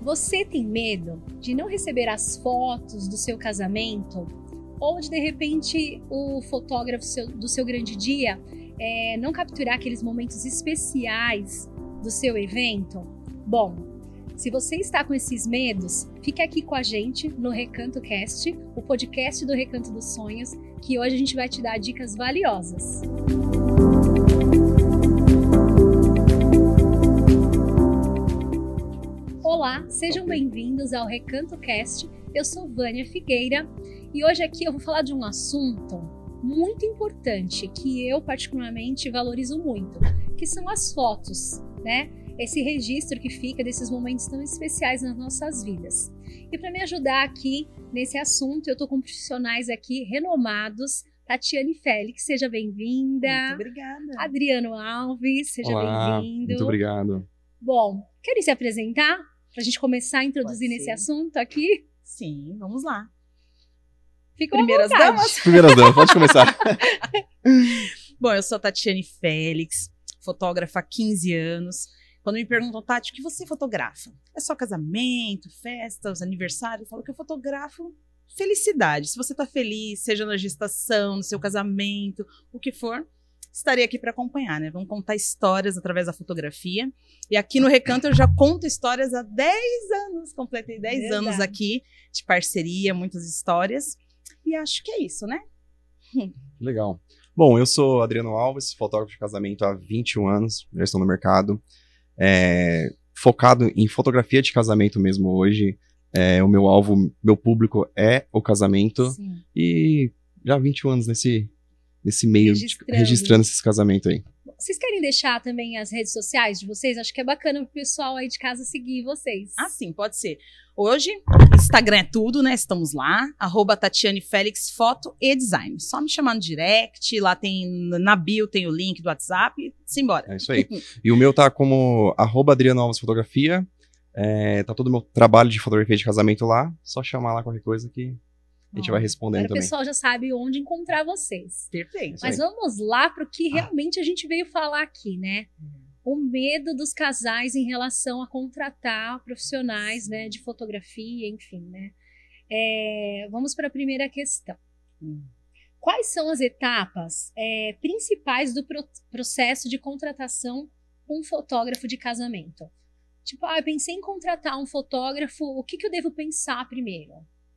Você tem medo de não receber as fotos do seu casamento? Ou de repente, o fotógrafo do seu grande dia não capturar aqueles momentos especiais do seu evento? Bom, se você está com esses medos, fique aqui com a gente no Recanto Cast, o podcast do Recanto dos Sonhos, que hoje a gente vai te dar dicas valiosas. Olá, sejam bem-vindos ao Recanto Cast. Eu sou Vânia Figueira e hoje aqui eu vou falar de um assunto muito importante que eu particularmente valorizo muito, que são as fotos, né? Esse registro que fica desses momentos tão especiais nas nossas vidas. E para me ajudar aqui nesse assunto, eu estou com profissionais aqui renomados. Tatiane Félix, seja bem-vinda. Muito obrigada. Adriano Alves, seja bem-vindo. Muito obrigado. Bom, querem se apresentar? Para a gente começar a introduzir nesse assunto aqui? Sim, vamos lá. Fica Primeiras damas? Primeiras damas, pode começar. Bom, eu sou a Tatiane Félix, fotógrafa há 15 anos. Quando me perguntam, Tati, o que você fotografa? É só casamento, festas, aniversário? Eu falo que eu fotografo felicidade. Se você está feliz, seja na gestação, no seu casamento, o que for, estarei aqui para acompanhar, né? Vamos contar histórias através da fotografia. E aqui no Recanto eu já conto histórias há 10 anos. Completei 10 anos aqui de parceria, muitas histórias. E acho que é isso, né? Legal. Bom, eu sou Adriano Alves, fotógrafo de casamento há 21 anos, já estou no mercado. Focado em fotografia de casamento mesmo hoje. O meu alvo, meu público é o casamento. Sim. E já há 21 anos nesse meio, registrando esses casamentos aí. Vocês querem deixar também as redes sociais de vocês? Acho que é bacana pro pessoal aí de casa seguir vocês. Ah, sim, pode ser. Hoje, Instagram é tudo, né? Estamos lá, @Tatiane Félix Foto e Design. Só me chamar no direct, lá tem, na bio tem o link do WhatsApp, simbora. É isso aí. E o meu tá como @Adriano Alves Fotografia. Tá todo o meu trabalho de fotografia de casamento lá. Só chamar lá qualquer coisa que a gente vai respondendo também. O pessoal já sabe onde encontrar vocês. Perfeito. Mas vamos lá para o que realmente a gente veio falar aqui, né? O medo dos casais em relação a contratar profissionais, né, de fotografia, enfim, né? Vamos para a primeira questão. Quais são as etapas principais do processo de contratação com um fotógrafo de casamento? Tipo, eu pensei em contratar um fotógrafo, o que eu devo pensar primeiro?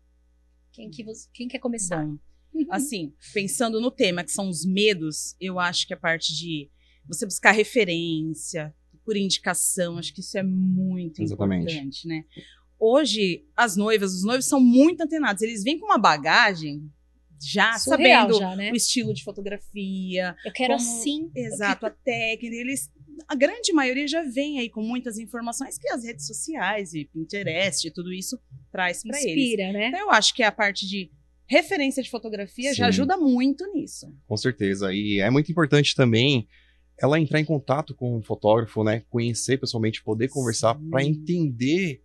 Quem quer começar? Bom, assim, pensando no tema, que são os medos, eu acho que a parte de você buscar referência, por indicação, acho que isso é muito importante, né? Hoje, as noivas, os noivos são muito antenados, eles vêm com uma bagagem já surreal, sabendo né? O estilo de fotografia. Eu quero assim. Exato, a técnica, a grande maioria já vem aí com muitas informações que as redes sociais e Pinterest e tudo isso traz para eles. Inspira, né? Então eu acho que a parte de referência de fotografia Sim. já ajuda muito nisso. Com certeza. E é muito importante também ela entrar em contato com o fotógrafo, né? Conhecer pessoalmente, poder conversar para entender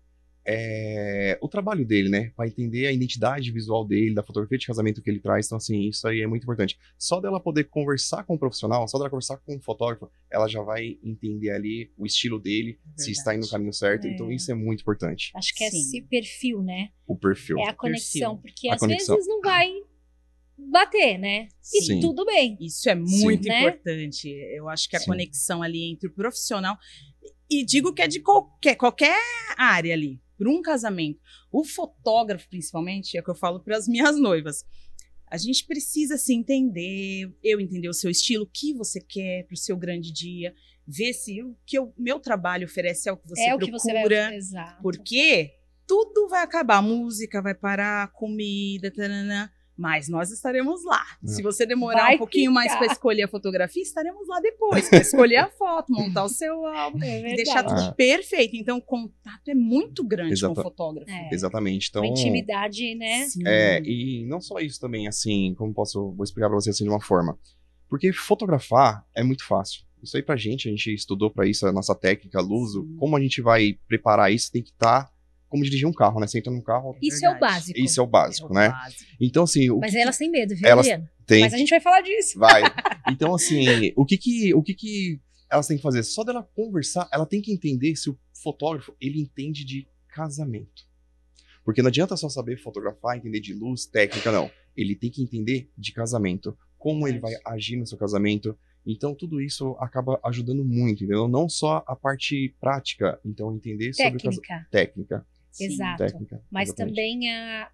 o trabalho dele, né? Para entender a identidade visual dele, da fotografia de casamento que ele traz. Então, assim, isso aí é muito importante. Só dela poder conversar com o profissional, só dela conversar com o fotógrafo, ela já vai entender ali o estilo dele, se está indo no caminho certo. Então, isso é muito importante. Acho que é esse perfil, né? O perfil. É a conexão, porque às conexão. vezes não vai bater, né? E Sim. tudo bem. Isso é muito Né? importante. Eu acho que a Sim. conexão ali entre o profissional, e digo que é de qualquer área ali, para um casamento. O fotógrafo, principalmente, é o que eu falo para as minhas noivas. A gente precisa se entender, eu entender o seu estilo, o que você quer para o seu grande dia, ver se o que o meu trabalho oferece é o que você procura. O que você vai... Exato. Porque tudo vai acabar, a música vai parar, a comida, taranã, mas nós estaremos lá. Se você demorar um pouquinho mais para escolher a fotografia, estaremos lá depois, para escolher a foto, montar o seu álbum, e deixar tudo perfeito. Então, o contato é muito grande com o fotógrafo. Exatamente. Então, uma intimidade, né? Sim. E não só isso também, assim, vou explicar para você assim de uma forma. Porque fotografar é muito fácil. Isso aí a gente estudou para isso, a nossa técnica, luz, como a gente vai preparar isso, tem que estar como dirigir um carro, né? Você entra num carro... Isso é o básico. Isso é o básico, né? Então, assim... Mas elas têm medo, viu, elas Adriano? têm... Mas a gente vai falar disso. Vai. Então, assim, o que elas têm que fazer? Só dela conversar, ela tem que entender se o fotógrafo, ele entende de casamento. Porque não adianta só saber fotografar, entender de luz, técnica, não. Ele tem que entender de casamento, como ele vai agir no seu casamento. Então, tudo isso acaba ajudando muito, entendeu? Não só a parte prática, então, entender sobre o casamento. Técnica. Exato. Técnica, mas exatamente. também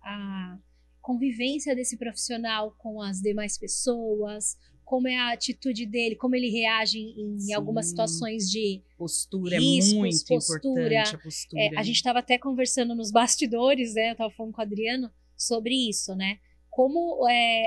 a convivência desse profissional com as demais pessoas, como é a atitude dele, como ele reage em algumas situações de postura, riscos, é muito importante a postura. A gente estava até conversando nos bastidores, né? Eu estava falando com o Adriano sobre isso, né? Como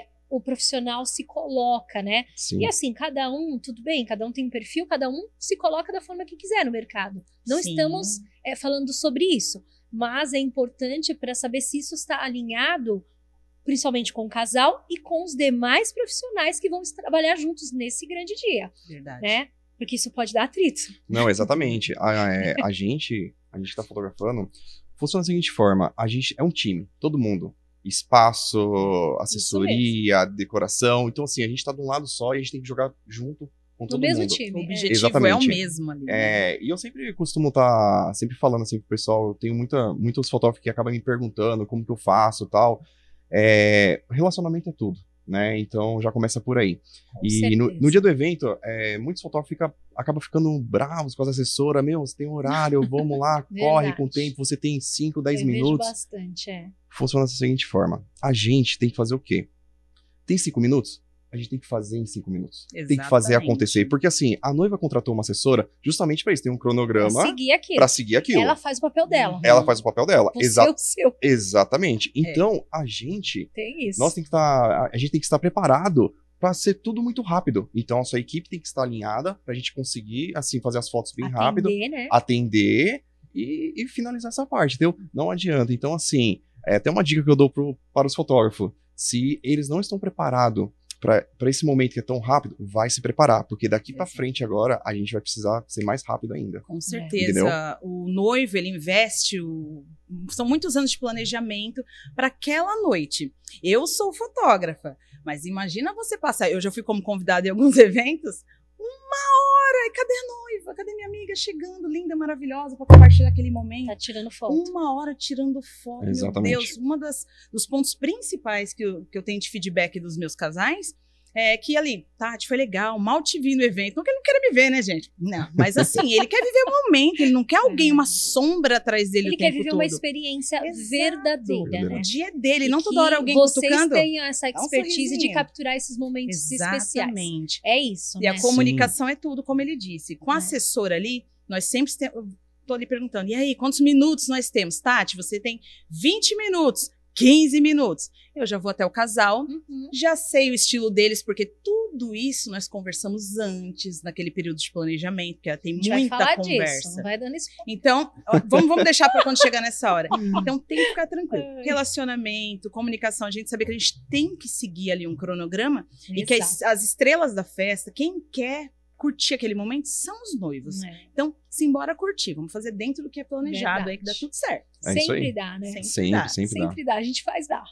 o profissional se coloca, né? Sim. E assim, cada um, tudo bem, cada um tem um perfil, cada um se coloca da forma que quiser no mercado. Não Sim. estamos falando sobre isso, mas é importante para saber se isso está alinhado principalmente com o casal e com os demais profissionais que vão trabalhar juntos nesse grande dia. Verdade. Né? Porque isso pode dar atrito. Não, exatamente. A gente tá fotografando, funciona da seguinte forma, a gente é um time, todo mundo. Espaço, assessoria, decoração. Então, assim, a gente tá de um lado só e a gente tem que jogar junto com todo mundo. No mesmo time. O objetivo Exatamente. é o mesmo ali. Né? E eu sempre costumo estar sempre falando assim pro pessoal, eu tenho muitos fotógrafos que acabam me perguntando como que eu faço e tal. Relacionamento é tudo, né? Então já começa por aí. E no dia do evento, muitos fotógrafos acabam ficando bravos com as assessoras. Meu, você tem horário, vamos lá, corre com o tempo, você tem 5, 10 minutos. Vejo bastante, Funciona da seguinte forma: a gente tem que fazer o quê? Tem 5 minutos? A gente tem que fazer em 5 minutos. Exatamente. Tem que fazer acontecer. Porque assim, a noiva contratou uma assessora justamente para isso. Tem um cronograma para seguir aquilo. Ela faz o papel dela. Ela faz o papel dela. Seu. Exatamente. Então, a gente... Tem isso. A gente tem que estar preparado para ser tudo muito rápido. Então, a sua equipe tem que estar alinhada pra gente conseguir, assim, fazer as fotos bem rápido. Né? Atender e finalizar essa parte, entendeu? Não adianta. Então, assim, até uma dica que eu dou para os fotógrafos. Se eles não estão preparados para esse momento que é tão rápido, vai se preparar, porque daqui para frente agora a gente vai precisar ser mais rápido ainda. Com certeza. O noivo, ele investe, são muitos anos de planejamento para aquela noite. Eu sou fotógrafa, mas imagina você passar, eu já fui como convidada em alguns eventos, 1 hora, e cadê a noiva? Cadê minha amiga chegando, linda, maravilhosa, para compartilhar aquele momento? Tá tirando foto. 1 hora tirando foto. Exatamente. Meu Deus, dos pontos principais que eu tenho de feedback dos meus casais é que ali, Tati, foi legal, mal te vi no evento. Não que ele não queira me ver, né, gente? Não, mas assim, ele quer viver o momento, ele não quer alguém, uma sombra atrás dele o tempo todo. Ele quer viver uma experiência verdadeira, né? O dia é dele, não toda hora alguém cutucando. Vocês têm essa expertise de capturar esses momentos especiais. Exatamente. É isso, E né? a comunicação é tudo, como ele disse. Com a assessora ali, nós sempre temos... Tô ali perguntando, e aí, quantos minutos nós temos? Tati, você tem 20 minutos. 15 minutos. Eu já vou até o casal, já sei o estilo deles, porque tudo isso nós conversamos antes, naquele período de planejamento, porque tem muita conversa. Disso, não vai dando isso. Então, vamos deixar para quando chegar nessa hora. Então, tem que ficar tranquilo. Relacionamento, comunicação, a gente saber que a gente tem que seguir ali um cronograma e que as estrelas da festa, quem quer curtir aquele momento são os noivos. Então, simbora curtir. Vamos fazer dentro do que é planejado aí que dá tudo certo. Sempre dá, né? Sempre dá. A gente faz dar.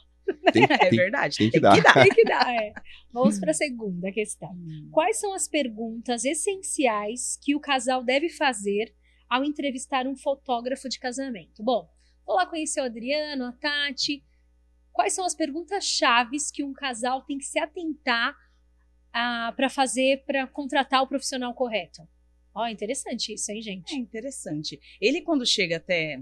É verdade. Tem que dar. Tem que dar, Vamos para a segunda questão. Quais são as perguntas essenciais que o casal deve fazer ao entrevistar um fotógrafo de casamento? Bom, vou lá conhecer o Adriano, a Tati. Quais são as perguntas chaves que um casal tem que se atentar para fazer, para contratar o profissional correto? Interessante isso, hein, gente? É interessante. Ele, quando chega até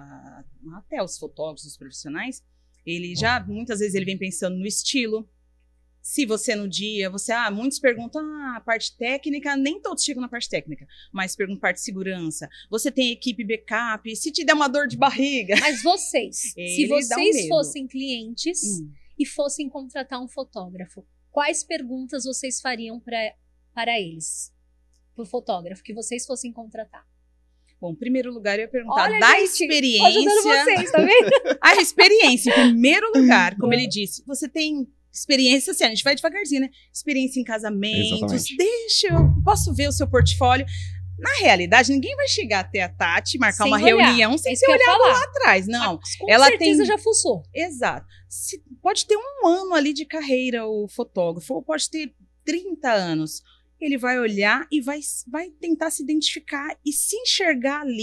os fotógrafos, os profissionais, ele já, muitas vezes, ele vem pensando no estilo. Se você no dia, muitos perguntam, a parte técnica, nem todos chegam na parte técnica, mas perguntam parte de segurança. Você tem equipe backup? Se te der uma dor de barriga? Mas vocês, se vocês fossem clientes e fossem contratar um fotógrafo, quais perguntas vocês fariam para eles, para o fotógrafo, que vocês fossem contratar? Bom, em primeiro lugar, eu ia perguntar experiência. Ajudando vocês, tá vendo? A experiência, em primeiro lugar, como ele disse, você tem experiência, assim, a gente vai devagarzinho, né? Experiência em casamentos, posso ver o seu portfólio. Na realidade, ninguém vai chegar até a Tati, marcar uma reunião sem ser olhado lá atrás, não. Com certeza já fuçou. Exato. Pode ter 1 ano ali de carreira o fotógrafo, ou pode ter 30 anos. Ele vai olhar e vai tentar se identificar e se enxergar ali.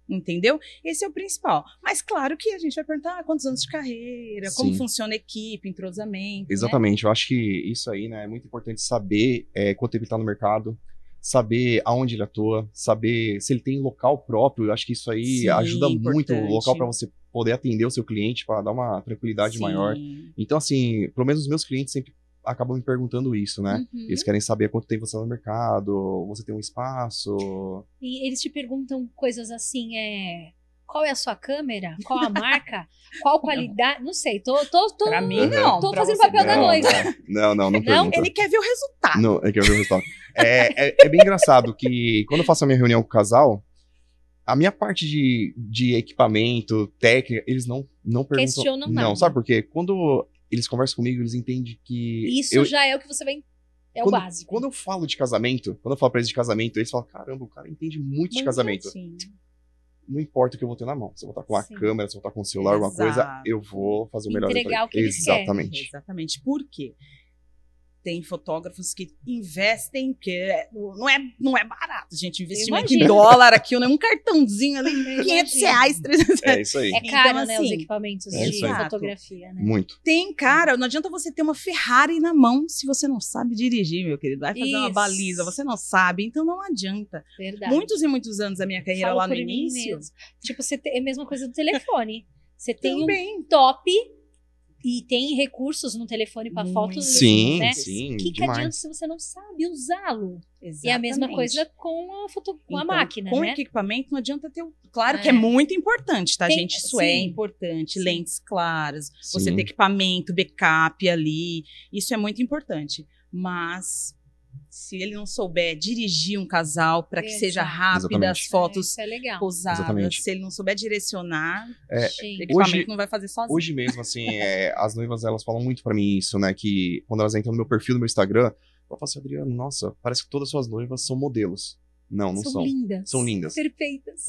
Entendeu? Esse é o principal. Mas claro que a gente vai perguntar quantos anos de carreira, como Sim. funciona a equipe, entrosamento. Exatamente, eu acho que isso aí, né, é muito importante saber quanto tempo ele tá no mercado, saber aonde ele atua, saber se ele tem local próprio. Eu acho que isso aí Sim, ajuda muito, o importante. local para você poder atender o seu cliente, para dar uma tranquilidade maior. Então, assim, pelo menos os meus clientes sempre acabam me perguntando isso, né? Uhum. Eles querem saber quanto tempo você tá no mercado, você tem um espaço. E eles te perguntam coisas assim, qual é a sua câmera? Qual a marca? Qual qualidade? Não sei, tô Pra mim, não. tô Pra fazendo você, papel da não. noiva. Não pergunta. Ele quer ver o resultado. Não, é que eu vi o resultado. É bem engraçado que quando eu faço a minha reunião com o casal, a minha parte de equipamento, técnica, eles não perguntam. Questionam nada. Não, sabe por quê? Quando eles conversam comigo, eles entendem que... Isso já é o que você vai... É o básico. Quando eu falo de casamento, quando eu falo pra eles de casamento, eles falam, caramba, o cara entende muito de casamento. Sim. Não importa o que eu vou ter na mão. Se eu vou estar com a Sim. câmera, se eu vou estar com o celular, alguma coisa, Exato. eu vou fazer o melhor. Entregar o que eles querem. Exatamente. Exatamente. Por quê? Tem fotógrafos que investem, porque não é barato, gente. Investimento em Imagino. dólar aqui, um cartãozinho ali, Eu 500 imagino. reais, 300 reais. É isso aí. É caro, Então, né, assim, os equipamentos é de isso aí. fotografia, né? Muito. Tem, cara, não adianta você ter uma Ferrari na mão se você não sabe dirigir, meu querido. Vai fazer uma Isso. baliza, você não sabe, então não adianta. Verdade. Muitos e muitos anos da minha carreira Falo lá no por mim início. mesmo. Tipo, é a mesma coisa do telefone. Você tem Também. um top e tem recursos no telefone para Muito. fotos, Sim, né? sim, O que demais. adianta se você não sabe usá-lo? Exatamente. E a mesma coisa com a com a Então, máquina, com né? equipamento não adianta ter o... Claro que É. é muito importante, tá, Tem- gente? Isso é sim. importante. Sim. Lentes claras, você Sim. ter equipamento, backup ali. Isso é muito importante. Mas se ele não souber dirigir um casal para que seja Exato. rápida as Exatamente. fotos Isso é legal. posadas, Exatamente. se ele não souber direcionar, Gente, o equipamento Hoje- não vai fazer sozinho. Hoje mesmo, assim, as noivas, elas falam muito pra mim isso, né? Que quando elas entram no meu perfil, no meu Instagram, eu falo assim, Adriano, nossa, parece que todas as suas noivas são modelos. Não são. lindas. São lindas. Perfeitas.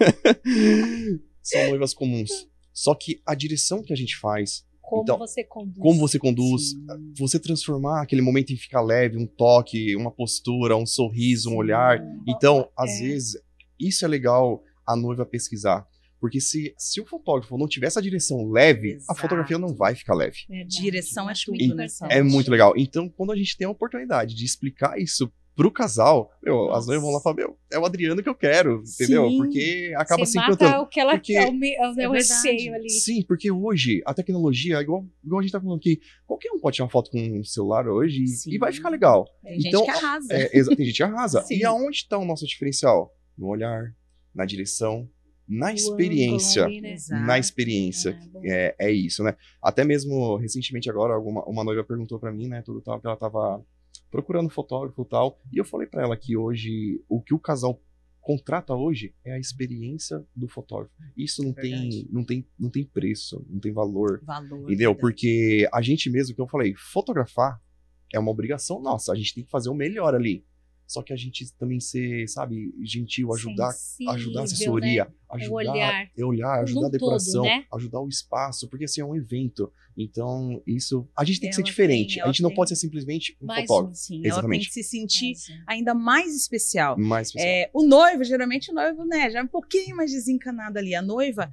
São noivas comuns. Só que a direção que a gente faz, Como Então, você conduz. como você conduz, Sim. você transformar aquele momento em ficar leve, um toque, uma postura, um sorriso, um olhar. Então, às vezes, isso é legal a noiva pesquisar. Porque se o fotógrafo não tiver essa direção leve, a Exato. fotografia não vai ficar leve. Verdade. Direção é Acho tudo, muito né, importante. É muito legal. Então, quando a gente tem a oportunidade de explicar isso pro casal, as Nossa. noivas vão lá e falam, é o Adriano que eu quero, entendeu? Sim. Porque acaba Você se mata encantando. o que ela Porque- quer, o verdade. receio ali. Sim, porque hoje a tecnologia, igual a gente tá falando aqui, qualquer um pode tirar uma foto com um celular hoje Sim. e vai ficar legal. Tem Então, gente que arrasa. Tem gente que arrasa. Sim. E aonde está o nosso diferencial? No olhar, na direção, na O experiência. ângulo ali, né? Exato. Na experiência. Ah, bom. É isso, né? Até mesmo, recentemente agora, uma noiva perguntou pra mim, né, tudo tal, que ela tava procurando fotógrafo e tal, e eu falei pra ela que hoje, o que o casal contrata hoje é a experiência do fotógrafo. Isso Verdade. não tem preço, não tem valor, Valor. entendeu? verdade. Porque a gente mesmo, que eu falei, fotografar é uma obrigação nossa, a gente tem que fazer o melhor ali. Só que a gente também ser, sabe, gentil, ajudar a Sensível, assessoria, né? ajudar, olhar. ajudar Num a decoração, todo, né? ajudar o espaço, porque assim é um evento. Então, isso, a gente tem que ser Ela diferente. tem- a gente ela não tem- pode ser simplesmente um Mais fotógrafo. Sim, ela tem Exatamente. que se sentir Mas, ainda mais especial. Mais especial. O noivo, geralmente o noivo, né, já é um pouquinho mais desencanado ali. A noiva,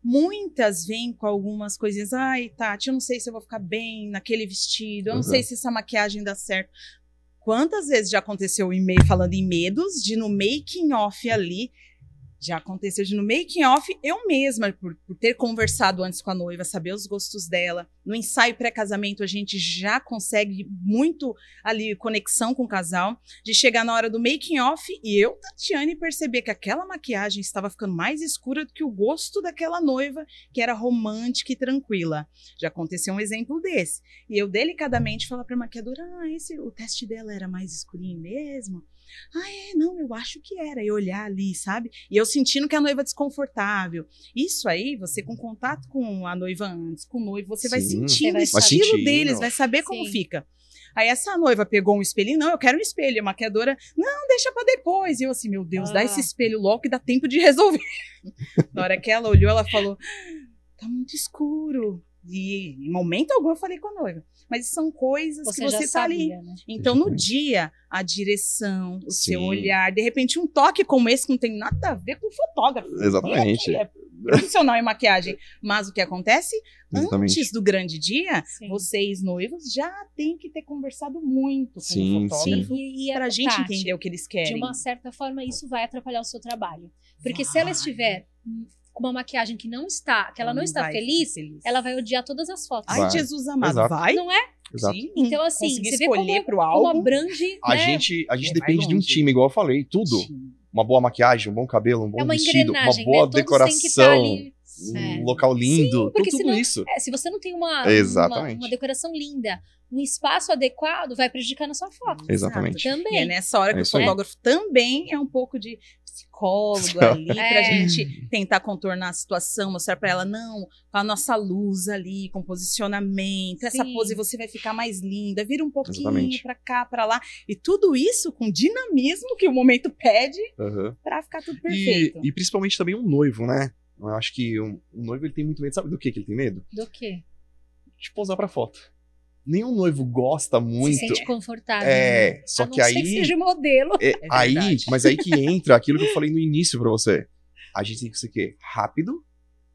muitas vêm com algumas coisinhas. Ai, Tati, eu não sei se eu vou ficar bem naquele vestido, eu não Uhum. sei se essa maquiagem dá certo. Quantas vezes já aconteceu em meio, falando em medos, de no making off ali, já aconteceu de no making off, eu mesma, por ter conversado antes com a noiva, saber os gostos dela. No ensaio pré-casamento, a gente já consegue muito ali conexão com o casal, de chegar na hora do making off e eu, Tatiane, perceber que aquela maquiagem estava ficando mais escura do que o gosto daquela noiva, que era romântica e tranquila. Já aconteceu um exemplo desse. E eu delicadamente falar para a maquiadora, o teste dela era mais escurinho mesmo? Não, eu acho que era. E olhar ali, sabe? E eu sentindo que a noiva é desconfortável. Isso aí, você com contato com a noiva antes, com o noivo, você vai Sim. sentindo Você o vai estilo sentindo. deles, vai saber como Sim. fica. Aí essa noiva pegou um espelhinho, não, eu quero um espelho. A maquiadora, não, deixa pra depois. E eu assim, meu Deus, dá esse espelho logo que dá tempo de resolver. Na hora que ela olhou, ela falou, tá muito escuro. E em momento algum eu falei com a noiva. Mas são coisas que você já tá ali. sabia, né? Então, no dia, a direção, o Sim. seu olhar, de repente um toque como esse que não tem nada a ver com fotógrafo. Exatamente. É profissional em maquiagem. Mas o que acontece? Exatamente. Antes do grande dia, Sim. vocês noivos já têm que ter conversado muito com Sim, o fotógrafo. E Pra gente Tati, entender o que eles querem. de uma certa forma, isso vai atrapalhar o seu trabalho. Porque se ela estiver com uma maquiagem que não está, que ela não está vai feliz, ficar feliz. ela vai odiar todas as fotos. Ai, Vai. Jesus amado, Exato. vai? Não é? Exato. Sim. Então, assim, Conseguir você vê escolher pro como álbum. abrange, A né? gente vai depende de um longe. time, igual eu falei, tudo. Sim. Uma boa maquiagem, um bom cabelo, um bom É uma vestido, engrenagem, uma boa né? Todos têm que estar decoração, ali. um local lindo, porque tudo senão- isso. Se você não tem Exatamente. uma decoração linda, um espaço adequado, vai prejudicar na sua foto. Exatamente. E é Também. nessa hora que É o isso aí. fotógrafo também é um pouco de psicólogo ali, pra É. gente tentar contornar a situação, mostrar pra ela, não, com a nossa luz ali, com posicionamento, essa Sim. pose você vai ficar mais linda, vira um pouquinho Exatamente. pra cá, pra lá, e tudo isso com dinamismo que o momento pede Aham. pra ficar tudo perfeito. E principalmente também um noivo, né? Eu acho que um noivo ele tem muito medo. Sabe do que ele tem medo? Do quê? De posar pra foto. Nenhum noivo gosta muito. Se sente confortável. né? É, só A não que ser aí. que seja modelo. Aí, verdade. mas aí que entra aquilo que eu falei no início pra você. A gente tem que ser o quê? Rápido,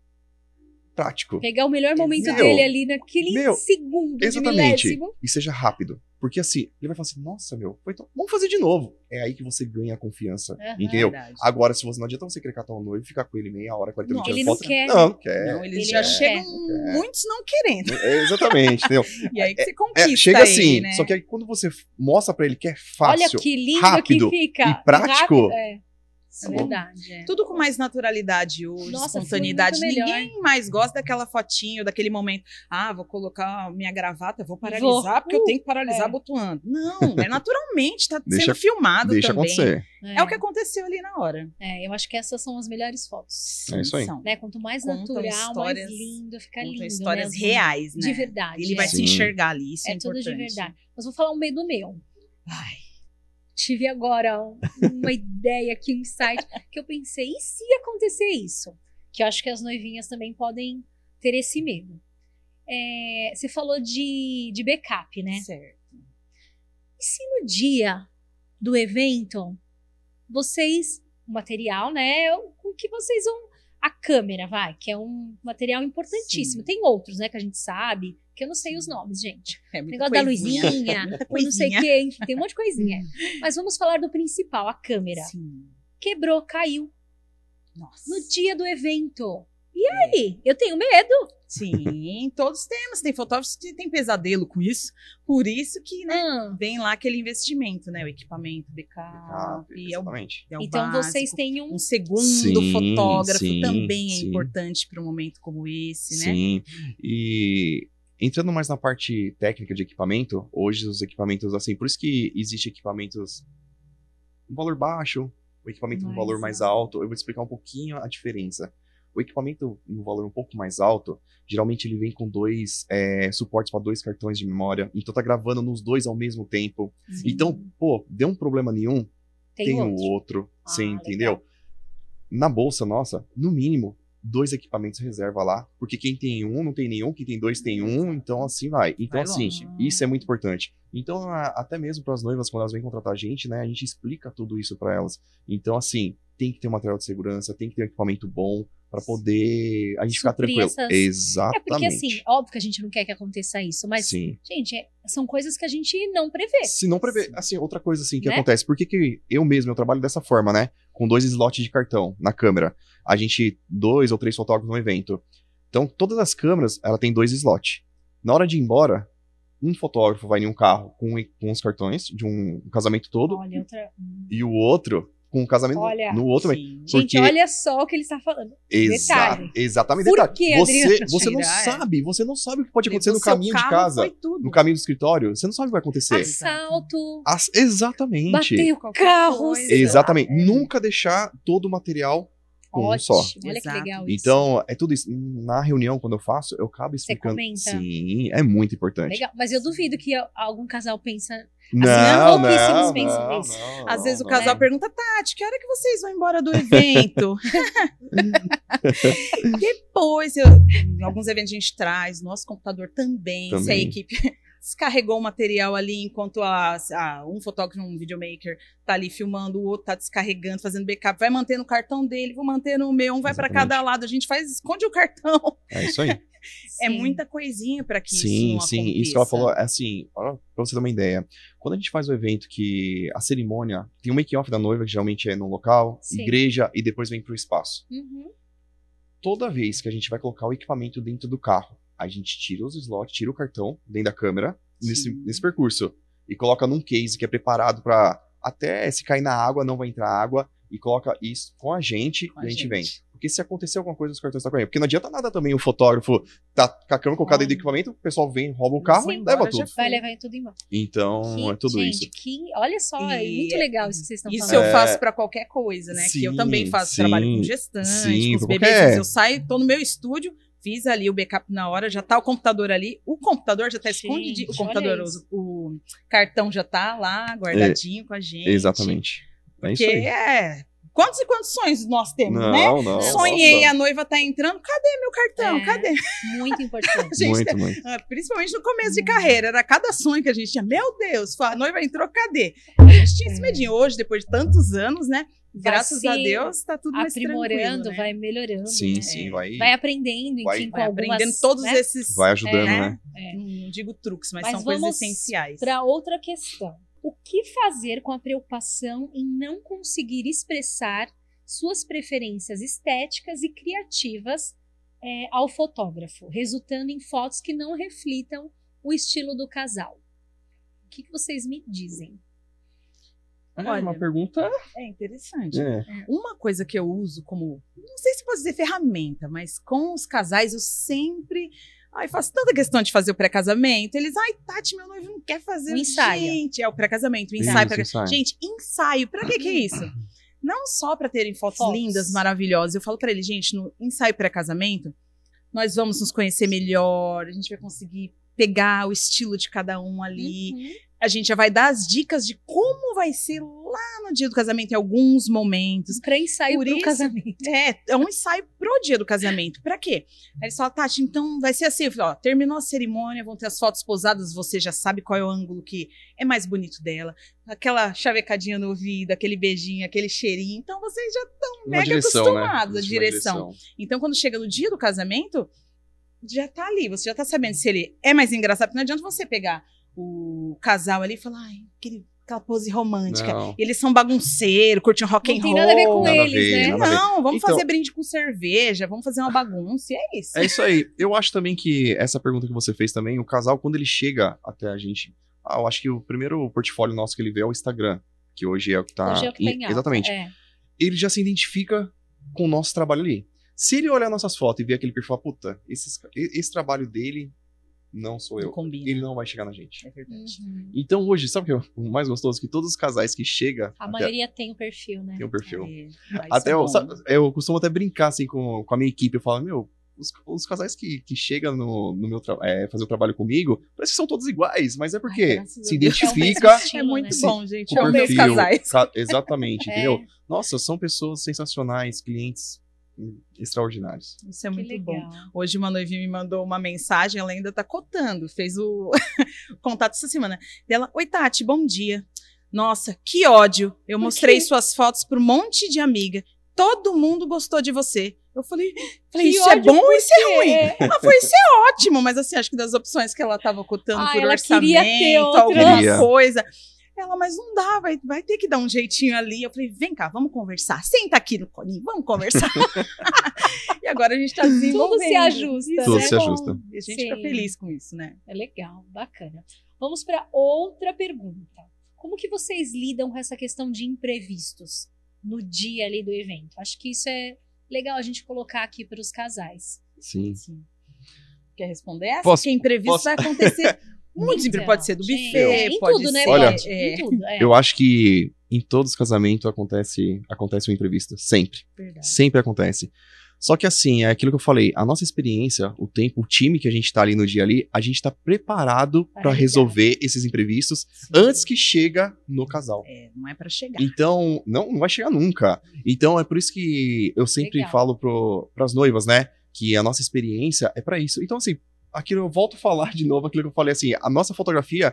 prático. Pegar o melhor momento Meu, dele ali naquele meu, segundo de Exatamente. milésimo. E seja rápido. Porque assim, ele vai falar assim, nossa, meu, foi tão... vamos fazer de novo. É aí que você ganha a confiança. Aham. Entendeu? Verdade. Agora, se você não adianta você querer catar um noivo e ficar com ele meia hora, 40 minutos Ele de não foto. quer, Não, né? quer. Não, eles Ele já não chegam, quer. muitos não querendo. É, exatamente, entendeu? E aí que você conquista Chega ele, assim, né? só que aí quando você mostra pra ele que é fácil, Olha que lindo rápido que fica. e prático. Rápido, é Sim. verdade. É. Tudo com mais naturalidade hoje, Nossa, espontaneidade. foi muito melhor. Ninguém mais gosta daquela fotinho, daquele momento. Ah, vou colocar minha gravata, vou paralisar, porque eu tenho que paralisar É. abotoando. Não, é naturalmente, tá Deixa- sendo filmado deixa também. acontecer. É o que aconteceu ali na hora. Eu acho que essas são as melhores fotos. É isso aí. São. Né? Quanto mais Contam natural, mais histórias- lindo, fica Contam lindo. histórias né? reais, né? De verdade. Ele vai é. se Sim. enxergar ali, isso é, É tudo importante. de verdade. Mas vou falar um medo meu. Ai, Tive agora uma ideia aqui, um insight, que eu pensei, e se acontecer isso? Que eu acho que as noivinhas também podem ter esse medo. Você falou de backup, né? certo. E se no dia do evento, o material, né? O que vocês vão... A câmera, que é um material importantíssimo. Sim. Tem outros, né, que a gente sabe, que eu não sei os nomes, gente. É O muita negócio da coisinha. luzinha, Muita ou não sei o coisinha. quê, enfim, tem um monte de coisinha. Mas vamos falar do principal, a câmera. Sim. Quebrou, caiu Nossa. no dia do evento. E aí? Eu tenho medo. Sim, todos temos. Tem fotógrafos que têm pesadelo com isso. Por isso que, né, vem lá aquele investimento, né? O equipamento, backup. É o, Exatamente. é o Então básico. vocês têm Um segundo Sim, fotógrafo sim, também é sim. importante para um momento como esse, né? Sim. E entrando mais na parte técnica de equipamento, hoje os equipamentos, assim, por isso que existe equipamentos um valor baixo, o equipamento no Mais valor mais alto. Eu vou te explicar um pouquinho a diferença. O equipamento no valor um pouco mais alto, geralmente ele vem com dois suportes para 2 cartões de memória. Então tá gravando nos dois ao mesmo tempo. Sim. Então, pô, deu um problema nenhum, tem o outro. Você entendeu? legal. Na bolsa nossa, no mínimo, 2 equipamentos reserva lá. Porque quem tem um não tem nenhum, quem tem 2 tem um, então assim vai. Então, Vai assim, longe. isso é muito importante. Então, até mesmo para as noivas, quando elas vêm contratar a gente, né, a gente explica tudo isso para elas. Então, assim, tem que ter um material de segurança, tem que ter um equipamento bom para poder a gente ficar Suprir tranquilo. essas- Exatamente. É porque, assim, óbvio que a gente não quer que aconteça isso, mas, Sim. gente, são coisas que a gente não prevê. Se não prever, assim, outra coisa assim que Né? acontece, por que eu trabalho dessa forma, né? Com 2 slots de cartão na câmera. A gente, 2 ou 3 fotógrafos no evento. Então, todas as câmeras, ela tem 2 slots. Na hora de ir embora, um fotógrafo vai em um carro com os cartões de um casamento todo, Olha, outra... e o outro com o casamento Olha. no outro também. Sim. Gente, Porque- olha só o que ele está falando. Detalhe. Exatamente. Por Detalhe. que, você Adriana? você não Tirar, você não sabe o que pode acontecer Levou no seu caminho de carro, casa, foi tudo. no caminho do escritório. Você não sabe o que vai acontecer. Assalto, Exatamente. bateu Qualquer carros. coisa. Exatamente. É. Nunca deixar todo o material com um Ótimo, só. olha que Exato. legal isso. Então, é tudo isso. Na reunião, quando eu faço, eu acabo explicando. comenta. Sim, é muito importante. Legal, mas eu duvido que algum casal pensa... Não, pouquíssimos não, pensam não, nisso. não, Às vezes o não. casal pergunta, Tati, que hora que vocês vão embora do evento? Depois, em alguns eventos a gente traz, nosso computador também. Se a Também. equipe descarregou o material ali, enquanto um fotógrafo, um videomaker tá ali filmando, o outro tá descarregando, fazendo backup, vai mantendo o cartão dele, vou manter no meu, um vai para Exatamente. cada lado, a gente esconde o cartão. É isso aí. É Sim. muita coisinha para que Sim, isso não sim. aconteça. Isso que ela falou, é assim, pra você ter uma ideia. Quando a gente faz o evento que a cerimônia tem um make-off da noiva, que geralmente é no local, Sim. igreja, e depois vem pro espaço. Uhum. Toda vez que a gente vai colocar o equipamento dentro do carro, a gente tira os slots, tira o cartão dentro da câmera, Sim. nesse percurso, e coloca num case que é preparado para até se cair na água, não vai entrar água, e coloca isso com a gente Com e a a gente gente. vem. Porque se acontecer alguma coisa, os cartões estão correndo. Porque não adianta nada também o fotógrafo tá com a câmera colocada dentro do equipamento, o pessoal vem, rouba o carro Sim, e leva embora já tudo. Vai levar tudo embora. Então, é tudo gente, isso. olha só, é E muito legal isso que vocês estão Isso falando. eu faço para qualquer coisa, né? Que eu Sim, também faço sim, trabalho com gestante, sim, com os pra bebês. qualquer- Eu saio, tô no meu estúdio, fiz ali o backup na hora, já tá o computador ali. O computador já tá Gente, escondido. O olha computador, isso. o cartão já tá lá, guardadinho com a gente. Exatamente. É isso Porque aí. quantos e quantos sonhos nós temos, né? Não. Sonhei, nossa. a noiva tá entrando, cadê meu cartão? É. Cadê? Muito importante. Gente, Muito. principalmente no começo de carreira, era cada sonho que a gente tinha. Meu Deus, a noiva entrou, cadê? A gente tinha esse medinho. Hoje, depois de tantos anos, né? Graças se a Deus, tá tudo mais aprimorando, tranquilo, né? vai melhorando. Sim, né? sim, vai Aprendendo, vai- enfim, com Vai algumas... aprendendo todos né? esses... vai ajudando, né? né? Não digo truques, mas Mas são coisas vamos essenciais. Para outra questão. O que fazer com a preocupação em não conseguir expressar suas preferências estéticas e criativas ao fotógrafo, resultando em fotos que não reflitam o estilo do casal? O que vocês me dizem? É Olha, uma pergunta. É interessante. É. Uma coisa que eu uso como, não sei se pode dizer ferramenta, mas com os casais eu sempre... Ai, faço tanta questão de fazer o pré-casamento. Eles, Tati, meu noivo não quer fazer. O ensaio. Gente, é o pré-casamento, o Isso, ensaio. ensaio. Gente, ensaio, pra que é isso? Não só pra terem fotos Fotos. lindas, maravilhosas. Eu falo pra eles, gente, no ensaio pré-casamento, nós vamos nos conhecer melhor, a gente vai conseguir pegar o estilo de cada um ali. Uhum. A gente já vai dar as dicas de como vai ser lá no dia do casamento, em alguns momentos. Pré-ensaio Por pro isso- casamento. É um ensaio pro dia do casamento. Pra quê? Aí eles falam, Tati, então vai ser assim. Eu falei, terminou a cerimônia, vão ter as fotos posadas, você já sabe qual é o ângulo que é mais bonito dela. Aquela chavecadinha no ouvido, aquele beijinho, aquele cheirinho. Então vocês já estão Uma mega direção, acostumados né? à Uma direção. Então quando chega no dia do casamento, já tá ali. Você já tá sabendo se ele é mais engraçado. Porque não adianta você pegar o casal ali e falar, aquela pose romântica. Não. Eles são bagunceiros, curtem rock and Não tem roll. nada a ver com Nada a eles, ver, né? nada a ver. Não, vamos Então- fazer brinde com cerveja, vamos fazer uma bagunça, e é isso. É isso aí. Eu acho também que essa pergunta que você fez também, o casal, quando ele chega até a gente. Eu acho que o primeiro portfólio nosso que ele vê é o Instagram, que hoje é o que tá. Hoje é o que tá em alta. Exatamente. É. Ele já se identifica com o nosso trabalho ali. Se ele olhar nossas fotos e ver aquele perfil, puta, esse trabalho dele não sou eu. Não combina. Ele não vai chegar na gente. É verdade. Uhum. Então hoje, sabe o que é o mais gostoso? Que todos os casais que chegam A maioria tem o perfil, né? tem um perfil. Até Eu costumo até brincar assim com a minha equipe. Eu falo, os casais que chegam no meu fazer o trabalho comigo, parece que são todos iguais, mas é porque graças a se Deus. identifica É o mesmo estilo, É muito né? bom, gente. com É o o meus perfil. casais. Exatamente, É. entendeu? Nossa, são pessoas sensacionais, clientes extraordinários. Isso é Que muito bom. legal. Hoje uma noivinha me mandou uma mensagem, ela ainda tá cotando, fez o contato essa semana. Dela, oi Tati, bom dia. Nossa, que ódio. Eu mostrei quê? suas fotos para um monte de amiga. Todo mundo gostou de você. Eu falei Que isso é ódio bom ou isso é ruim? É. Ela foi, isso é ótimo, mas assim, acho que das opções que ela tava cotando Ah, por ela orçamento, queria ter outra. alguma Queria. coisa. Ela, mas não dá, vai ter que dar um jeitinho ali. Eu falei, vem cá, vamos conversar. Senta aqui no colinho, vamos conversar. E agora a gente tá desenvolvendo. Tudo se ajusta, Isso Tudo é se bom. ajusta. E a gente Sim. fica feliz com isso, né? É legal, bacana. Vamos para outra pergunta. Como que vocês lidam com essa questão de imprevistos no dia ali do evento? Acho que isso é legal a gente colocar aqui para os casais. Sim. Sim. Quer responder essa? Posso- Porque imprevisto posso. vai acontecer Muito sempre pode ser do gente, buffet, em pode tudo, né, ser... Olha, Beth? Em tudo, Eu acho que em todos os casamentos acontece uma imprevista. Sempre. Verdade. Sempre acontece. Só que assim, é aquilo que eu falei, a nossa experiência, o tempo, o time que a gente tá ali no dia ali, a gente tá preparado Pra pra lidar. resolver esses imprevistos antes que chega no casal. Não é pra chegar. Então, não vai chegar nunca. Então, é por isso que eu sempre Legal. falo pras noivas, né? Que a nossa experiência é pra isso. Então, assim, aquilo eu volto a falar de novo, aquilo que eu falei, assim, a nossa fotografia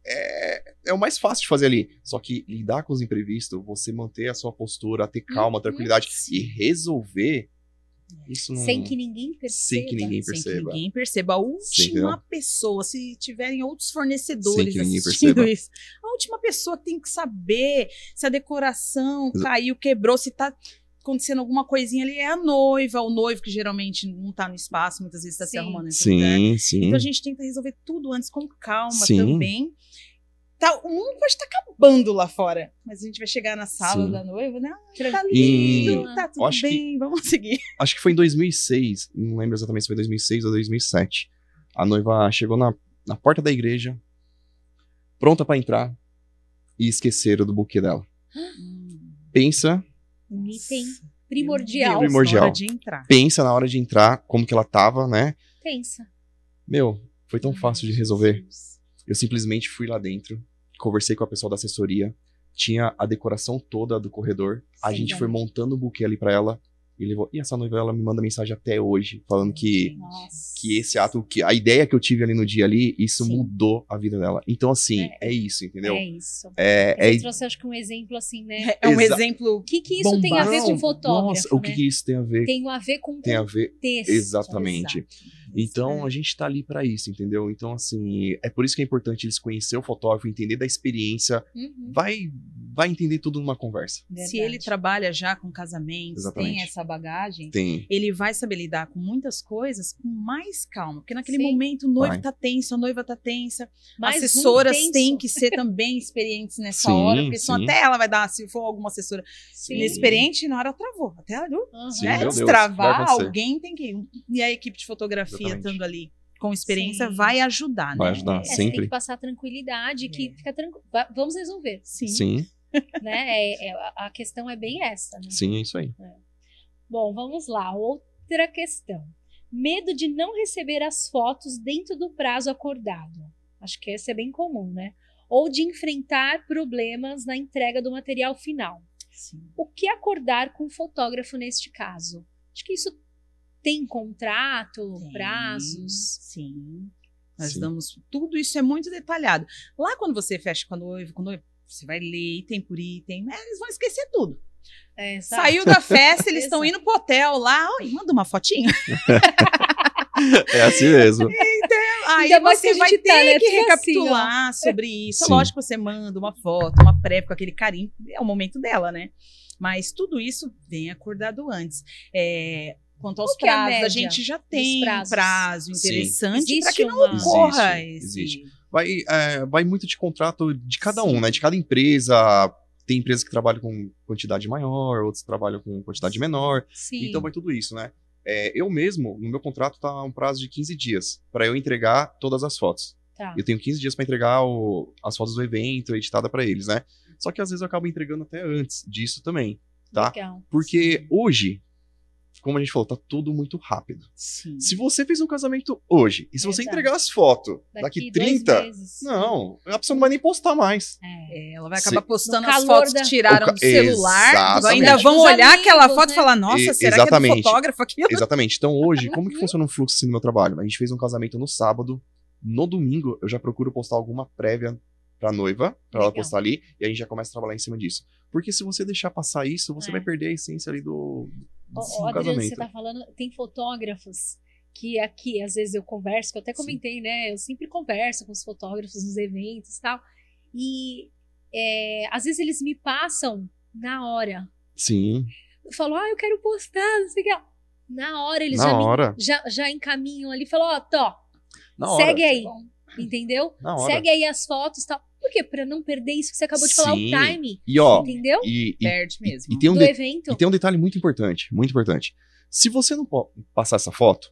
é o mais fácil de fazer ali. Só que lidar com os imprevistos, você manter a sua postura, ter calma, tranquilidade e resolver, isso não... Sem que ninguém perceba. Sem que ninguém Sem que perceba. ninguém perceba. A última entendeu? pessoa, se tiverem outros fornecedores Sem que ninguém assistindo perceba. isso, a última pessoa tem que saber se a decoração Exa- caiu, quebrou, se tá acontecendo alguma coisinha ali, é a noiva, o noivo que geralmente não tá no espaço, muitas vezes tá se Sim. arrumando nesse lugar. Sim, sim. Então a gente tenta resolver tudo antes com calma Sim. também. Tá, o mundo pode estar acabando lá fora, mas a gente vai chegar na sala Sim. da noiva, né? Tá Tranquilo. lindo, E- tá Eu tudo acho que- bem, vamos seguir. Acho que foi em 2006, não lembro exatamente se foi 2006 ou 2007. A noiva chegou na porta da igreja, pronta pra entrar, e esqueceram do buquê dela. Pensa Um item Nossa, primordial. Primordial. Na hora de entrar. pensa na hora de entrar, como que ela tava, né? Pensa. Meu, foi tão fácil de resolver. Eu simplesmente fui lá dentro, conversei com a pessoa da assessoria, tinha a decoração toda do corredor, a Sim, gente né? foi montando o buquê ali pra ela, e levou. E essa noiva, ela me manda mensagem até hoje, falando que Nossa. esse ato, que a ideia que eu tive ali no dia ali, isso Sim. mudou a vida dela. Então, assim, é isso, entendeu? É isso. É, Você trouxe, acho que um exemplo assim, né? É um Exa- exemplo. O que isso tem a ver com Não, fotógrafo, Nossa, o né? que isso tem a ver? Tem a ver com Tem a ver, contexto. exatamente. Exato. Então, a gente tá ali pra isso, entendeu? Então, assim, é por isso que é importante eles conhecer o fotógrafo, entender da experiência, Uhum. vai entender tudo numa conversa. Se ele trabalha já com casamentos, Exatamente. tem essa bagagem, Tem. ele vai saber lidar com muitas coisas com mais calma. Porque naquele Sim. momento o noivo Vai. tá tenso, a noiva tá tensa. Mais Assessoras intenso. têm que ser também experientes nessa Sim, hora, porque senão sim. até ela vai dar, se for alguma assessora Sim. inexperiente, na hora ela travou. Até ela Uhum. Sim, né, meu Deus, destravar, vai acontecer. alguém tem que ir. E a equipe de fotografia Exatamente. estando ali com experiência Sim. vai ajudar, né? Vai ajudar, Você tem sempre. que passar tranquilidade, que É. fica tranquilo. Vamos resolver, Sim. Sim, né? A questão é bem essa, né? sim, é isso aí. Bom, vamos lá. Outra questão. Medo de não receber as fotos dentro do prazo acordado. Acho que esse é bem comum, né? Ou de enfrentar problemas na entrega do material final. Sim. O que acordar com o fotógrafo neste caso? Acho que isso tem contrato, Tem, prazos. Sim. Nós Sim. damos. Tudo isso é muito detalhado. Lá quando você fecha com a noiva, você vai ler item por item, né, eles vão esquecer tudo. É, sabe? Saiu da festa, eles estão Exato. indo pro hotel lá. Oi, manda uma fotinha. É assim mesmo. Aí Ainda mais que você a gente vai ter tá, né, que tudo recapitular sobre isso. Sim. Lógico que você manda uma foto, uma pré com aquele carinho. É o momento dela, né? Mas tudo isso vem acordado antes. Quanto aos Qual que é a prazos, a média gente já dos tem um prazos? prazo Sim. interessante para Existe que não uma- ocorra Existe. esse... Vai muito de contrato de cada Sim. um, né? De cada empresa. Tem empresas que trabalham com quantidade maior, outras trabalham com quantidade menor. Sim. Então vai tudo isso, né? Eu mesmo, no meu contrato, tá um prazo de 15 dias para eu entregar todas as fotos. Tá. Eu tenho 15 dias para entregar as fotos do evento editada para eles, né? Só que às vezes eu acabo entregando até antes disso também, tá? Legal. Porque hoje, como a gente falou, tá tudo muito rápido. Sim. Se você fez um casamento hoje e se você Verdade. entregar as fotos daqui 2 30, meses. não, a pessoa não vai nem postar mais. Ela vai acabar postando No as calor fotos da- que tiraram do celular. Exatamente. Ainda vão Dos olhar amigos, aquela foto né? e falar, nossa, será que é do Exatamente. fotógrafo aquilo? Exatamente. Então hoje, como que Uhum. funciona o fluxo assim, do meu trabalho? A gente fez um casamento no sábado, no domingo eu já procuro postar alguma prévia pra noiva, pra ela Legal. postar ali, e a gente já começa a trabalhar em cima disso. Porque se você deixar passar isso, você É. vai perder a essência ali do Adriano, casamento. você tá falando, tem fotógrafos que aqui, às vezes eu converso, que eu até comentei, né? Eu sempre converso com os fotógrafos nos eventos e tal. E às vezes eles me passam na hora. Sim, Eu falo, eu quero postar, não sei o que. Na hora eles na hora. já encaminham ali, falam, Na hora. segue aí. Entendeu? Na hora. Segue aí as fotos e tal. Por quê? Pra não perder isso que você acabou de falar, o Sim. time. E ó, Entendeu? e Perde mesmo. tem um Do de- evento. E tem um detalhe muito importante, muito importante. Se você não passar essa foto,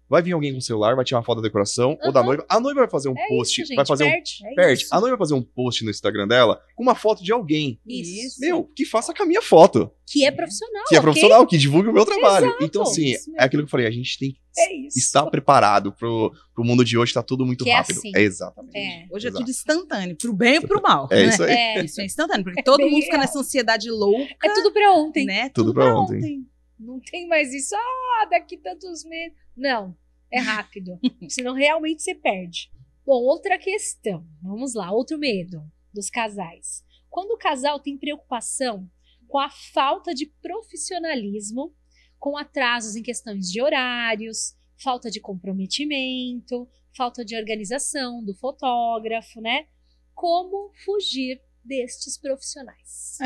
vai vir alguém com o celular, vai tirar uma foto da decoração, ou da noiva. A noiva vai fazer um post, isso, gente, vai fazer perde. A noiva vai fazer um post no Instagram dela com uma foto de alguém. Isso. Meu, que faça com a minha foto. Que é profissional, Que é ok? profissional, que divulgue o meu trabalho. Exato. Então, assim, Isso mesmo. é aquilo que eu falei, a gente tem que isso. estar preparado pro mundo de hoje, tá tudo muito Que é rápido. assim. É exatamente. Hoje é Exato. tudo instantâneo, pro bem e pro mal. É né? isso aí. Isso é instantâneo, porque todo bem mundo fica real. nessa ansiedade louca, É tudo pra ontem. né? Tudo pra ontem. Não tem mais isso, daqui tantos meses. Não, é rápido. Senão realmente você perde. Bom, outra questão. Vamos lá, outro medo dos casais. Quando o casal tem preocupação com a falta de profissionalismo, com atrasos em questões de horários, falta de comprometimento, falta de organização do fotógrafo, né? Como fugir destes profissionais?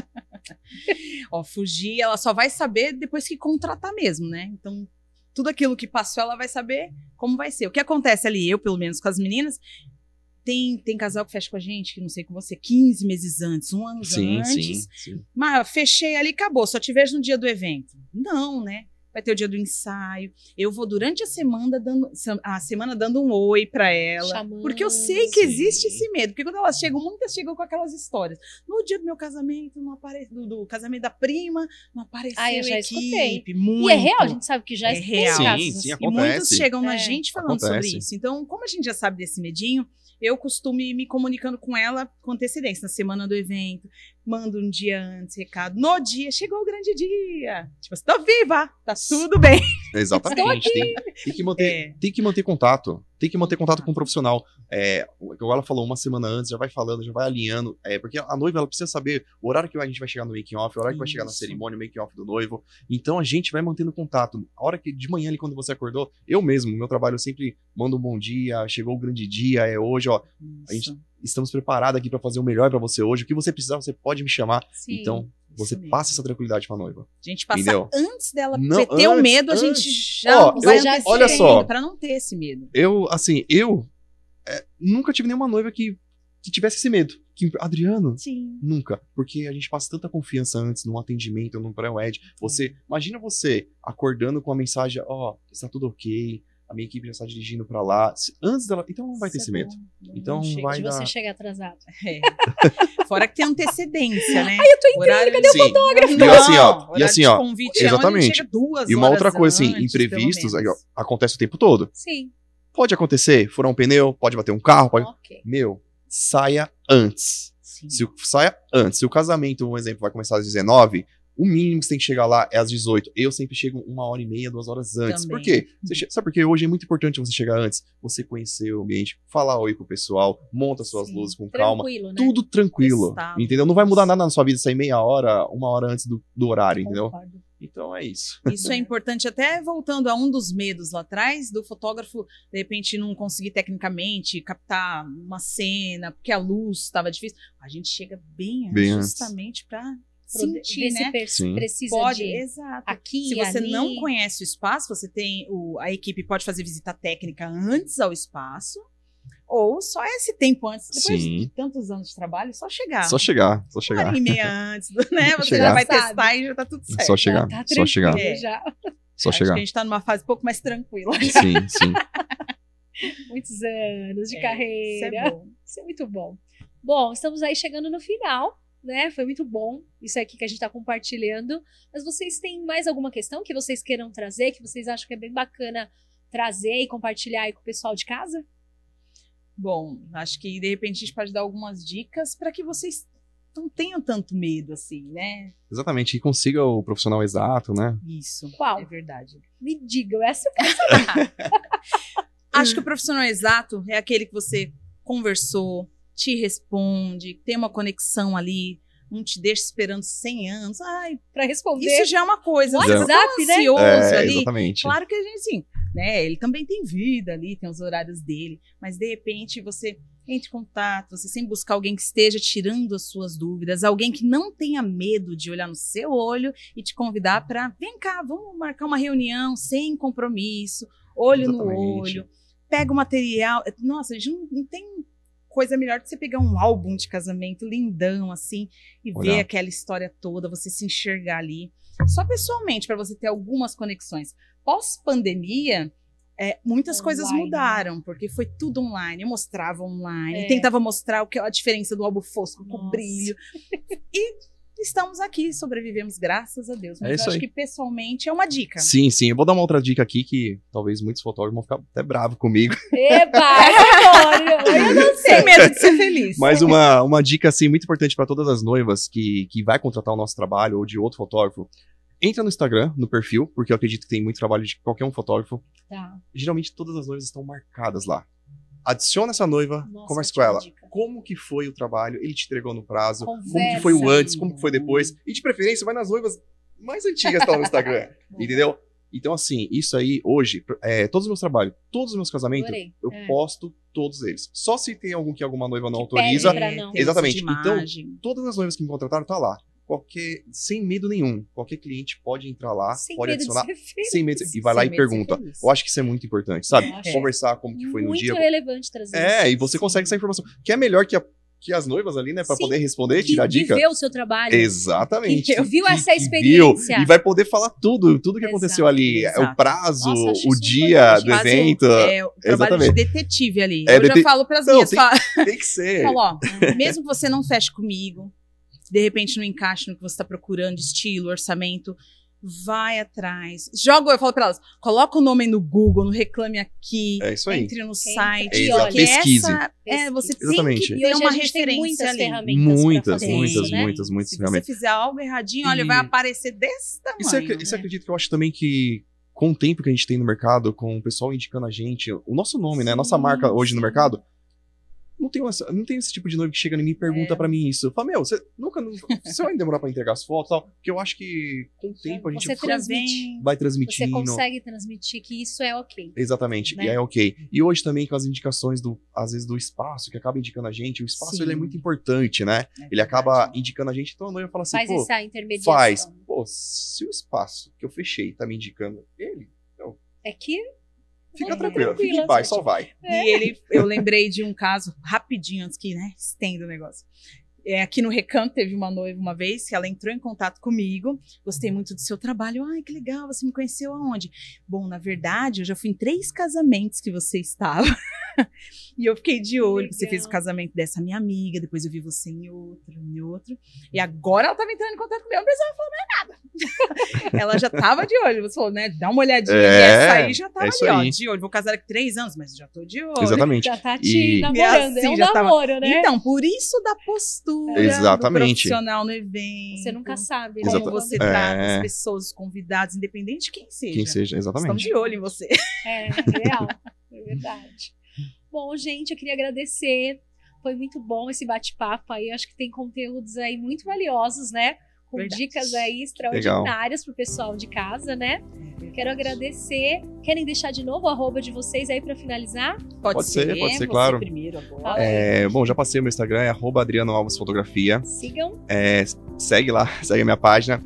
Ó, fugir, ela só vai saber depois que contratar mesmo, né? Então, tudo aquilo que passou, ela vai saber como vai ser. O que acontece ali, eu, pelo menos, com as meninas, tem casal que fecha com a gente, que não sei com você, 15 meses antes, um ano antes. Sim. Mas fechei ali, acabou, só te vejo no dia do evento. Não, né? Vai ter o dia do ensaio. Eu vou durante a semana dando um oi pra ela. Chamando. Porque eu sei que existe esse medo. Porque quando elas chegam, muitas chegam com aquelas histórias. No dia do meu casamento, não apareceu, do casamento da prima, não apareceu Eu já escutei. equipe. Muito. E é real, a gente sabe que já É tem real. casos Sim, assim. sim, E acontece. muitos chegam na gente falando sobre Acontece. isso. Então, como a gente já sabe desse medinho, eu costumo ir me comunicando com ela com antecedência, na semana do evento. Mando um dia antes, recado. No dia, chegou o grande dia. Tipo, estou viva, tá tudo bem. Exatamente. Tem que manter contato. Tem que manter contato com o profissional. Igual ela falou, uma semana antes, já vai falando, já vai alinhando. Porque a noiva, ela precisa saber o horário que a gente vai chegar no making off, o horário que vai chegar na Isso. cerimônia, o making off do noivo. Então a gente vai mantendo contato. A hora que de manhã ali, quando você acordou, eu mesmo, meu trabalho, eu sempre mando um bom dia, chegou o grande dia, é hoje, ó. A gente estamos preparados aqui pra fazer o melhor pra você hoje. O que você precisar, você pode me chamar. Sim. Então, você mesmo. passa essa tranquilidade pra noiva. A gente passa Entendeu? antes dela Não, ter o antes, medo, a gente antes. já Ó, vai eu- olha só. pra não ter esse medo. Eu nunca tive nenhuma noiva que tivesse esse medo. Adriano, Sim. nunca. Porque a gente passa tanta confiança antes no atendimento, no pré-wed. Imagina você acordando com a mensagem, está tudo ok, a minha equipe já está dirigindo pra lá. Antes dela, então não vai ter Isso esse é medo. bom. Então Não chega vai De dar... você chegar atrasado. Fora que tem antecedência, né? Eu tô entrando, cadê Sim. fotógrafo? E assim, ó, Horário e assim, de ó, convite exatamente. É onde chega 2 E uma horas outra coisa, assim, antes, imprevistos, pelo aí, ó, menos. acontece o tempo todo. Sim. Pode acontecer, furar um pneu, pode bater um carro, pode... Ok. Meu, saia antes. Sim. Saia antes. Se o casamento, um exemplo, vai começar às 19, o mínimo que você tem que chegar lá é às 18. Eu sempre chego 1h30, 2 horas antes. Também. Por quê? Sabe por quê? Hoje é muito importante você chegar antes. Você conhecer o ambiente, falar oi pro pessoal, monta suas Sim. luzes com calma. Tranquilo, né? Tudo tranquilo. Estado. Entendeu? Não vai mudar nada na sua vida sair meia hora, 1 hora antes do horário, entendeu? Concordo. Então é isso. Isso é importante, até voltando a um dos medos lá atrás, do fotógrafo, de repente, não conseguir tecnicamente captar uma cena, porque a luz estava difícil. A gente chega bem antes, Bem antes. justamente para Ver sentir, se né? Sim. precisa Pode, de exato. aqui Se e você ali. não conhece o espaço, você tem a equipe pode fazer visita técnica antes ao espaço, ou só esse tempo antes, depois Sim. de tantos anos de trabalho, só chegar. Só chegar. 1h30 antes, né? Você Chegar. já vai Sabe. testar e já tá tudo certo. Só chegar. Tá Só tranquilo chegar. É. já. Só Acho chegar. que a gente tá numa fase um pouco mais tranquila. Sim, sim. Muitos anos de Isso carreira. é bom. Isso é muito bom. Bom, estamos aí chegando no final, né? Foi muito bom isso aqui que a gente está compartilhando. Mas vocês têm mais alguma questão que vocês queiram trazer, que vocês acham que é bem bacana trazer e compartilhar aí com o pessoal de casa? Bom, acho que de repente a gente pode dar algumas dicas para que vocês não tenham tanto medo assim, né? Exatamente. E consiga o profissional exato, né? Isso. Qual? É verdade. Me digam, essa Acho que o profissional exato é aquele que você conversou, te responde, tem uma conexão ali, não te deixa esperando 100 anos. Ai, para responder. isso já é uma coisa. No Você tá WhatsApp, tão né? ansioso ali. Exatamente. Claro que a gente, assim, né? Ele também tem vida ali, tem os horários dele, mas de repente você entre em contato, você sem buscar alguém que esteja tirando as suas dúvidas, alguém que não tenha medo de olhar no seu olho e te convidar para vem cá, vamos marcar uma reunião sem compromisso, olho Exatamente. no olho, pega o material. Nossa, não tem coisa melhor que você pegar um álbum de casamento lindão assim e Olhar. ver aquela história toda, você se enxergar ali, só pessoalmente para você ter algumas conexões. Pós-pandemia, muitas coisas Online, mudaram, porque foi tudo online. Eu mostrava online, É. tentava mostrar a diferença do álbum fosco com Nossa. brilho. E estamos aqui, sobrevivemos, graças a Deus. Mas É eu isso acho aí. que pessoalmente é uma dica. Sim, sim. Eu vou dar uma outra dica aqui que talvez muitos fotógrafos vão ficar até bravos comigo. Eba, adoro! Eu não sei. Sem medo de ser feliz. Mas uma dica, assim, muito importante para todas as noivas que vai contratar o nosso trabalho ou de outro fotógrafo. Entra no Instagram, no perfil, porque eu acredito que tem muito trabalho de qualquer um fotógrafo. Tá. Geralmente todas as noivas estão marcadas lá. Adiciona essa noiva, Nossa, conversa com ótima ela. dica. Como que foi o trabalho? Ele te entregou no prazo? Como que Conversa. foi o antes? Como que foi depois? E de preferência, vai nas noivas mais antigas que estão no Instagram. Entendeu? Então, assim, isso aí, hoje, todos os meus trabalhos, todos os meus casamentos, Adorei. eu É. posto todos eles. Só se tem algum que alguma noiva não Que pede autoriza. pra não. tem Exatamente. isso de Então, imagem. Todas as noivas que me contrataram, tá lá. Sem medo nenhum. Qualquer cliente pode entrar lá, Sem pode medo de adicionar. ser feliz. Sem medo. E vai lá Sem e medo de ser pergunta. feliz. Eu acho que isso é muito importante, sabe? Eu acho. Conversar como que foi no Muito dia. relevante trazer E você consegue essa informação. Que é melhor que as noivas ali, né? Pra Sim. poder responder, tirar de dica. ver o seu trabalho. Exatamente. Que viu essa Que experiência. viu, e vai poder falar tudo que aconteceu Exato. ali. Exato. O prazo, Nossa, acho o isso dia importante. do Faz evento. o trabalho Exatamente. de detetive ali. É, Eu já falo pras Não, minhas. tem- Tem que ser. Falo, ó, mesmo que você não feche comigo, de repente não encaixe no que você está procurando, estilo, orçamento, vai atrás. Eu falo pra elas, coloca o nome aí no Google, no Reclame Aqui, É isso aí. entre no Entra site. e Exato. olha. Pesquise. Você tem Exatamente. que E ter hoje uma a gente tem referência muitas ali. ferramentas pra Muitas, fazer muitas, isso, né? muitas, muitas Se ferramentas. você fizer algo erradinho, olha, E- vai aparecer desse tamanho. E você acredita que eu acho também que com o tempo que a gente tem no mercado, com o pessoal indicando a gente, o nosso nome, né? A nossa Sim, marca hoje no sim. mercado, não tem esse tipo de noivo que chega em mim e pergunta pra mim isso. Eu falo, você você vai demorar pra entregar as fotos e tal? Porque eu acho que com o tempo a gente Você transmite. vai Você transmitindo. consegue transmitir que isso é ok. Exatamente, Né? e é ok. E hoje também com as indicações, às vezes, do espaço, que acaba indicando a gente, o espaço Sim. ele é muito importante, né? É Ele acaba verdade. indicando a gente, então a noiva fala assim, Faz pô, essa intermediação. faz. Pô, se o espaço que eu fechei tá me indicando ele, É que fica É, tranquilo, fica tranquila, em paz, gente. só vai. E eu lembrei de um caso, rapidinho, antes que, né, estenda o negócio. Aqui no Recanto teve uma noiva uma vez que ela entrou em contato comigo. Gostei muito do seu trabalho. Ai, que legal, você me conheceu aonde? Bom, na verdade, eu já fui em 3 casamentos que você estava. E eu fiquei de olho. Legal. Você fez o casamento dessa minha amiga, depois eu vi você em outro. E agora ela tava entrando em contato comigo, eu não precisava falar mais nada. Ela já tava de olho. Você falou, né? Dá uma olhadinha. É, e essa aí já tava é isso ali, ó, aí. de olho. Vou casar daqui 3 anos, mas já tô de olho. Exatamente. já tá te E- namorando. assim, É um já tava- namoro, né? Então, por isso da postura Exatamente. do profissional no evento. Você nunca sabe. Como Exata- você É. trata as pessoas, os convidados, independente de quem seja. Quem seja, Estamos exatamente. de olho em você. É, real. É verdade. Bom, gente, eu queria agradecer. Foi muito bom esse bate-papo aí. Eu acho que tem conteúdos aí muito valiosos, né? Com Verdade. dicas aí extraordinárias pro pessoal de casa, né? Quero agradecer. Querem deixar de novo o arroba de vocês aí para finalizar? Pode ser, você claro. primeiro agora. Fala aí. Bom, já passei o meu Instagram, é @Adriano Alves Fotografia. Sigam. Segue lá, segue a minha página.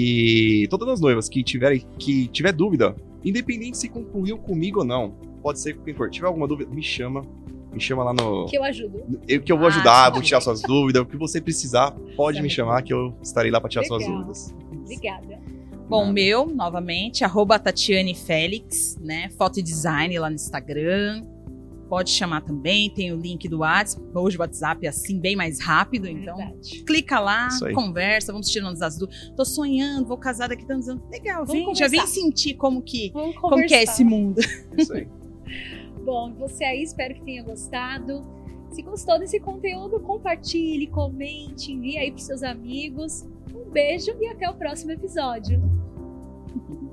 E todas as noivas que tiver dúvida, independente se concluiu comigo ou não, pode ser com quem for. Tiver alguma dúvida, me chama lá no. Que eu ajudo. Que eu vou Ah, ajudar, sim. vou tirar suas dúvidas. O que você precisar, pode Tá me bom. chamar que eu estarei lá para tirar suas Legal. dúvidas. Obrigada. Bom, o meu, novamente, @Tatiane Félix, né? Foto e design lá no Instagram. Pode chamar também, tem o link do WhatsApp. Hoje o WhatsApp é assim, bem mais rápido, então Verdade. clica lá, Isso aí. conversa, vamos tirando as dúvidas. Tô sonhando, vou casar daqui tantos anos. Legal, Vamos já vem conversar. sentir como que Vamos é conversar. esse mundo. Isso aí. Bom, você aí, espero que tenha gostado. Se gostou desse conteúdo, compartilhe, comente, envie aí pros seus amigos. Um beijo e até o próximo episódio.